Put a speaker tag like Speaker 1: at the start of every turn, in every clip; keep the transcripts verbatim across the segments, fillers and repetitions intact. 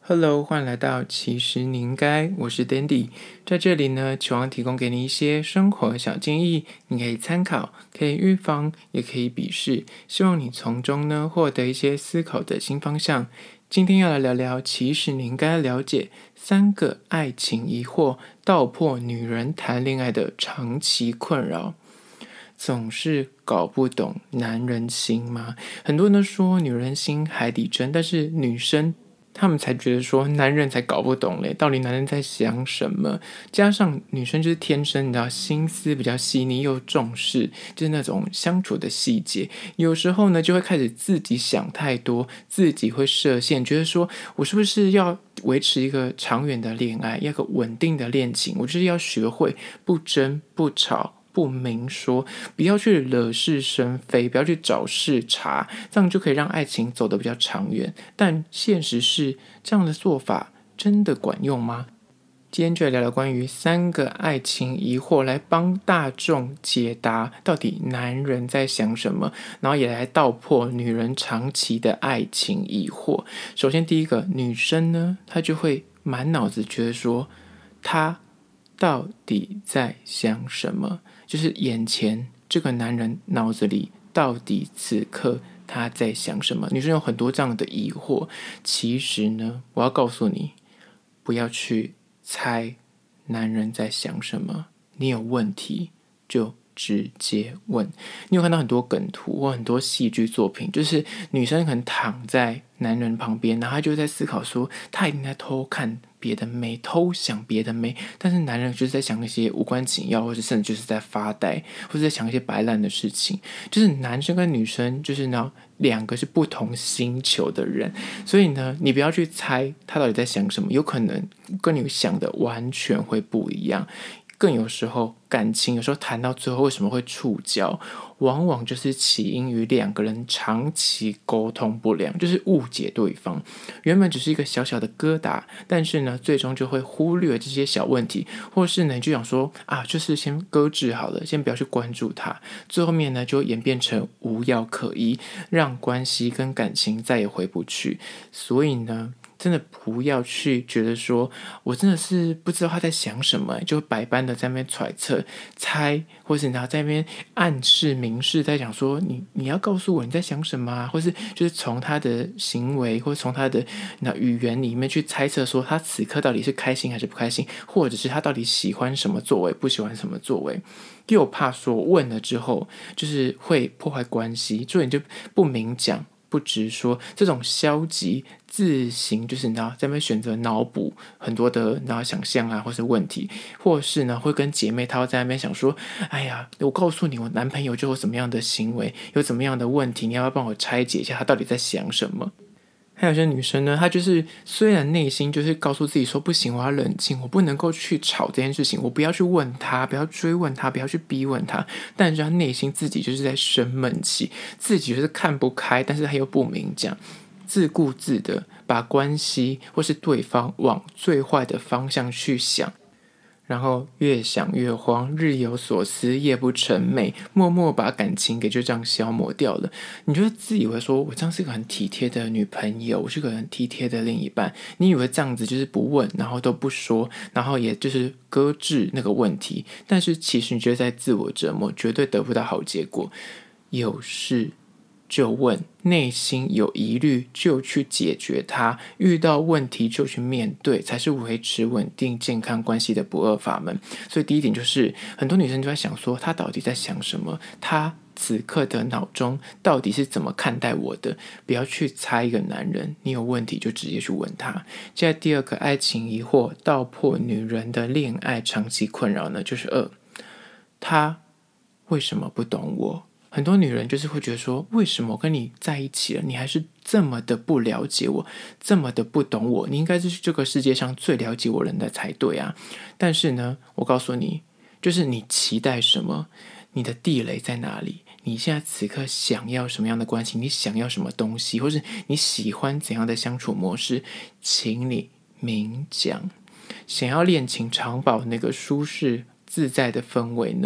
Speaker 1: Hello，欢迎来到其实你应该，我是 Dandy， 在这里呢，期望提供给你一些生活小建议，你可以参考，可以预防，也可以鄙视，希望你从中呢获得一些思考的新方向。今天要来聊聊，其实你应该了解三个爱情疑惑，道破女人谈恋爱的长期困扰。总是搞不懂男人心吗？很多人都说女人心海底针，但是女生他们才觉得说男人才搞不懂嘞，到底男人在想什么？加上女生就是天生你知道心思比较细腻又重视，就是那种相处的细节，有时候呢就会开始自己想太多，自己会设限，觉得说我是不是要维持一个长远的恋爱，一个稳定的恋情，我就是要学会不争不吵。不明说，不要去惹是生非，不要去找事茬，这样就可以让爱情走得比较长远。但现实是，这样的做法真的管用吗？今天就来聊聊关于三个爱情疑惑，来帮大众解答到底男人在想什么，然后也来道破女人长期的爱情疑惑。首先第一个，女生呢，她就会满脑子觉得说，她到底在想什么？就是眼前这个男人脑子里到底此刻他在想什么？女生有很多这样的疑惑。其实呢，我要告诉你，不要去猜男人在想什么。你有问题就直接问。你有看到很多梗图或很多戏剧作品，就是女生可能躺在男人旁边，然后她就在思考说，她一定在偷看别的妹，偷想别的妹，但是男人就是在想一些无关紧要，或者甚至就是在发呆，或者在想一些白烂的事情。就是男生跟女生就是呢两个是不同星球的人，所以呢你不要去猜他到底在想什么，有可能跟你想的完全会不一样。更有时候感情有时候谈到最后为什么会触礁，往往就是起因于两个人长期沟通不良，就是误解对方。原本只是一个小小的疙瘩，但是呢最终就会忽略这些小问题，或是呢你就想说啊，就是先搁置好了，先不要去关注它，最后面呢就演变成无药可医，让关系跟感情再也回不去。所以呢真的不要去觉得说我真的是不知道他在想什么，就百般的在那边揣测猜，或是你在那边暗示明示在讲说你你要告诉我你在想什么啊，或是就是从他的行为或从他的那语言里面去猜测说他此刻到底是开心还是不开心，或者是他到底喜欢什么作为不喜欢什么作为。又怕说问了之后就是会破坏关系，所以你就不明讲不直说，这种消极自行就是你知道在那边选择脑补很多的然后想象啊，或是问题，或是呢会跟姐妹她在那边想说，哎呀我告诉你我男朋友就有什么样的行为，有怎么样的问题，你要不要帮我拆解一下他到底在想什么。还有些女生呢，她就是虽然内心就是告诉自己说不行，我要冷静，我不能够去吵这件事情，我不要去问她，不要追问她，不要去逼问她，但是她内心自己就是在生闷气，自己就是看不开，但是她又不明讲，自顾自的把关系或是对方往最坏的方向去想，然后越想越慌，日有所思夜不成寐，默默把感情给就这样消磨掉了。你就会自以为说我这样是个很体贴的女朋友，我是个很体贴的另一半，你以为这样子就是不问然后都不说，然后也就是搁置那个问题，但是其实你觉得在自我折磨，绝对得不到好结果。有事就问，内心有疑虑就去解决它，遇到问题就去面对，才是维持稳定健康关系的不二法门。所以第一点就是很多女生就在想说她到底在想什么，她此刻的脑中到底是怎么看待我的。不要去猜一个男人，你有问题就直接去问他。接下来第二个爱情疑惑，道破女人的恋爱长期困扰呢，就是二，他为什么不懂我？很多女人就是会觉得说，为什么我跟你在一起了，你还是这么的不了解我，这么的不懂我，你应该是这个世界上最了解我人的才对啊。但是呢，我告诉你，就是你期待什么，你的地雷在哪里，你现在此刻想要什么样的关系，你想要什么东西，或是你喜欢怎样的相处模式，请你明讲。想要恋情长保那个舒适自在的氛围呢，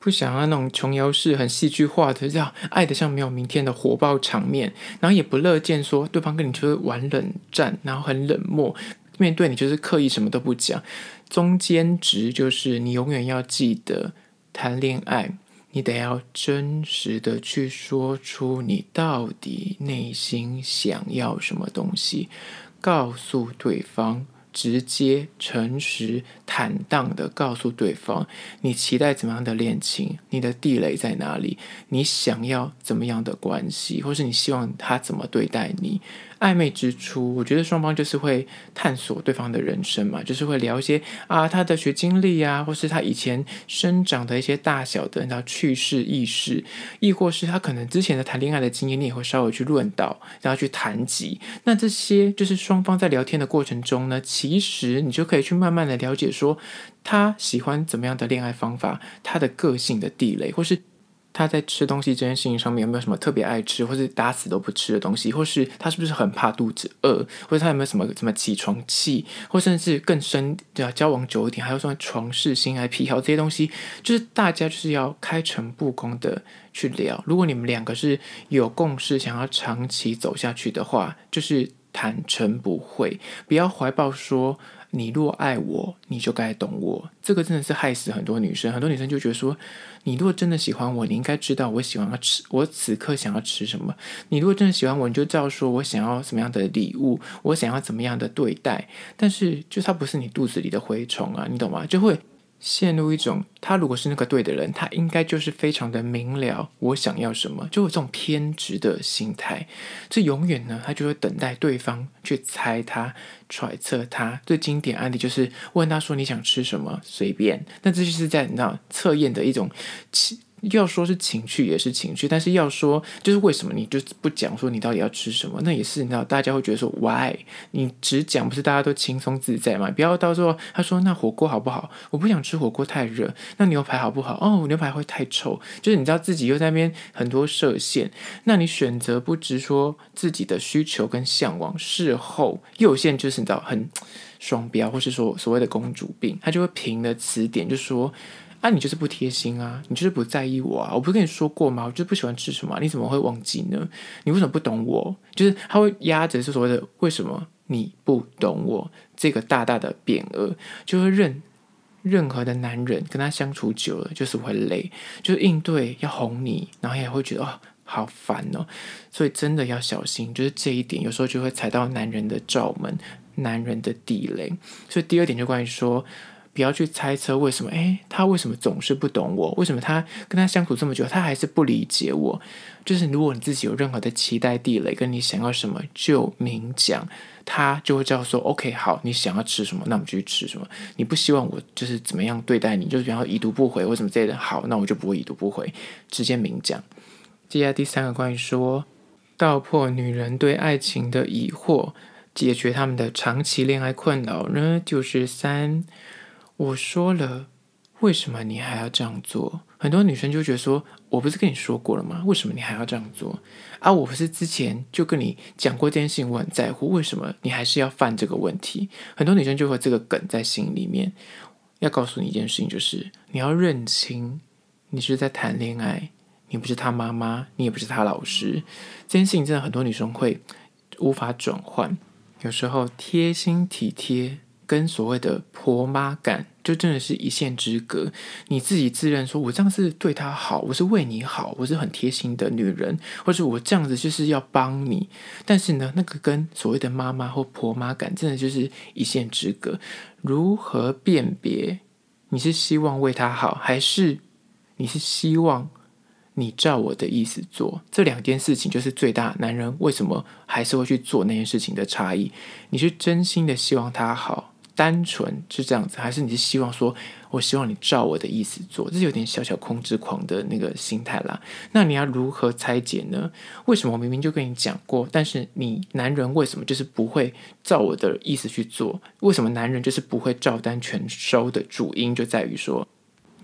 Speaker 1: 不想要那种琼瑶式很戏剧化的这样爱得像没有明天的火爆场面，然后也不乐见说对方跟你就是玩冷战，然后很冷漠，面对你就是刻意什么都不讲。中间值就是你永远要记得，谈恋爱你得要真实的去说出你到底内心想要什么东西，告诉对方，直接、诚实、坦荡的告诉对方，你期待怎么样的恋情，你的地雷在哪里，你想要怎么样的关系，或是你希望他怎么对待你。暧昧之初，我觉得双方就是会探索对方的人生嘛，就是会聊一些啊他的学经历啊，或是他以前生长的一些大小的然后趣事轶事，亦或是他可能之前的谈恋爱的经验，你也会稍微去论到，然后去谈及。那这些就是双方在聊天的过程中呢，其实你就可以去慢慢的了解说，他喜欢怎么样的恋爱方法，他的个性的地雷，或是他在吃东西这件事情上面有没有什么特别爱吃，或是打死都不吃的东西，或是他是不是很怕肚子饿，或者他有没有什么什么起床气，或甚至更深交往久一点，还有什么床事性爱癖好这些东西，就是大家就是要开诚布公的去聊。如果你们两个是有共识，想要长期走下去的话，就是坦诚不讳，不要怀抱说你若爱我，你就该懂我。这个真的是害死很多女生。很多女生就觉得说，你如果真的喜欢我，你应该知道我喜欢要吃，我此刻想要吃什么。你如果真的喜欢我，你就知道说我想要什么样的礼物，我想要怎么样的对待。但是，就它不是你肚子里的蛔虫啊，你懂吗？就会陷入一种，他如果是那个对的人，他应该就是非常的明了我想要什么，就有这种偏执的心态。这永远呢，他就会等待对方去猜他、揣测他。最经典案例就是问他说你想吃什么，随便。那这就是在你知道测验的一种要说是情趣也是情趣，但是要说就是为什么你就不讲说你到底要吃什么，那也是你知道大家会觉得说 why 你只讲不是大家都轻松自在嘛？不要到时候他说那火锅好不好？我不想吃火锅太热。那牛排好不好？哦，牛排会太臭。就是你知道自己又在那边很多设限，那你选择不直说自己的需求跟向往，事后又有些人就是你知道很双标，或是说所谓的公主病，他就会凭了词典就说。啊，你就是不贴心啊，你就是不在意我啊！我不是跟你说过吗？我就是不喜欢吃什么、啊，你怎么会忘记呢？你为什么不懂我？就是他会压着是所谓的为什么你不懂我这个大大的匾额，就会任任何的男人跟他相处久了就是会累，就是应对要哄你，然后也会觉得哦好烦哦，所以真的要小心，就是这一点有时候就会踩到男人的罩门，男人的地雷。所以第二点就关于说。不要去猜测为什么，诶，他为什么总是不懂我？为什么他跟他相处这么久，他还是不理解我？就是如果你自己有任何的期待地雷，跟你想要什么，就明讲，他就会知道说 ，OK， 好，你想要吃什么，那我们就去吃什么。你不希望我就是怎么样对待你，就是比方说已读不回或什么之类的，好，那我就不会已读不回，直接明讲。接下来第三个关于说，道破女人对爱情的疑惑，解决他们的长期恋爱困扰呢，就是三。我说了，为什么你还要这样做？很多女生就觉得说，我不是跟你说过了吗？为什么你还要这样做？啊，我不是之前就跟你讲过这件事情，我很在乎，为什么你还是要犯这个问题？很多女生就会这个梗在心里面。要告诉你一件事情，就是你要认清，你是在谈恋爱，你不是他妈妈，你也不是他老师。这件事情真的很多女生会无法转换，有时候贴心体贴。跟所谓的婆妈感就真的是一线之隔。你自己自认说我这样是对她好，我是为你好，我是很贴心的女人，或者我这样子就是要帮你，但是呢那个跟所谓的妈妈或婆妈感真的就是一线之隔。如何辨别你是希望为她好，还是你是希望你照我的意思做，这两件事情就是最大男人为什么还是会去做那件事情的差异。你是真心的希望他好，单纯是这样子，还是你是希望说我希望你照我的意思做，这是有点小小控制狂的那个心态啦。那你要如何拆解呢？为什么我明明就跟你讲过，但是你男人为什么就是不会照我的意思去做？为什么男人就是不会照单全收的主因就在于说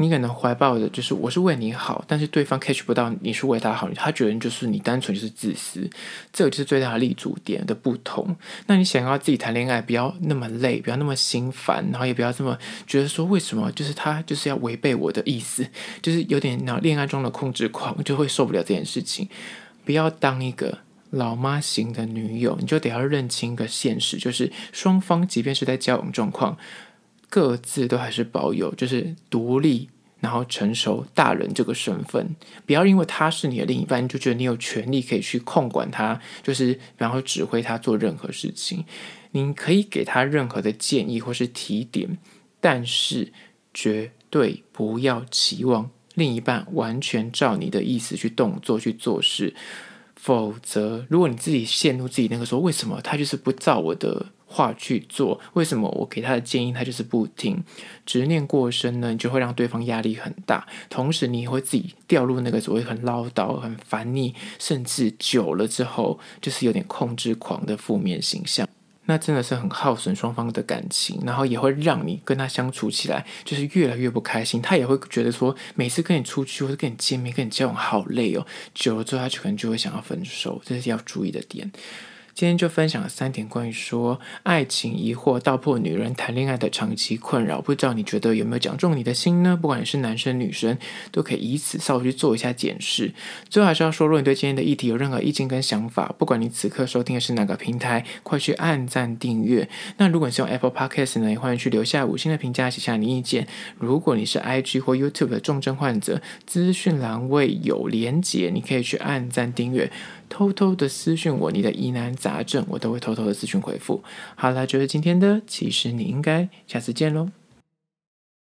Speaker 1: 你可能怀抱的就是我是为你好，但是对方 catch 不到你是为他好，他觉得就是你单纯就是自私，这个就是最大的立足点的不同。那你想要自己谈恋爱不要那么累，不要那么心烦，然后也不要这么觉得说为什么就是他就是要违背我的意思，就是有点那恋爱中的控制狂，就会受不了这件事情。不要当一个老妈型的女友，你就得要认清一个现实，就是双方即便是在交往状况，各自都还是保有就是独立然后成熟大人这个身份。不要因为他是你的另一半，你就觉得你有权利可以去控管他，就是然后指挥他做任何事情。你可以给他任何的建议或是提点，但是绝对不要期望另一半完全照你的意思去动作去做事。否则如果你自己陷入自己那个说为什么他就是不照我的话去做，为什么我给他的建议他就是不听，执念过深呢，你就会让对方压力很大，同时你也会自己掉入那个所谓很唠叨很烦腻，甚至久了之后就是有点控制狂的负面形象。那真的是很耗损双方的感情，然后也会让你跟他相处起来就是越来越不开心。他也会觉得说每次跟你出去或者跟你见面跟你交往好累哦，久了之后他可能就会想要分手，这是要注意的点。今天就分享了三点关于说爱情疑惑道破女人谈恋爱的长期困扰，不知道你觉得有没有讲中你的心呢？不管你是男生女生都可以以此稍微去做一下检视。最后还是要说，如果你对今天的议题有任何意见跟想法，不管你此刻收听的是哪个平台，快去按赞订阅。那如果你是用 Apple Podcast 呢，也欢迎去留下五星的评价，写下你意见。如果你是 I G 或 YouTube 的重症患者，资讯栏位有连结，你可以去按赞订阅，偷偷的私讯我你的疑难杂症，我都会偷偷的私讯回复。好了，就是今天的其实你应该，下次见咯。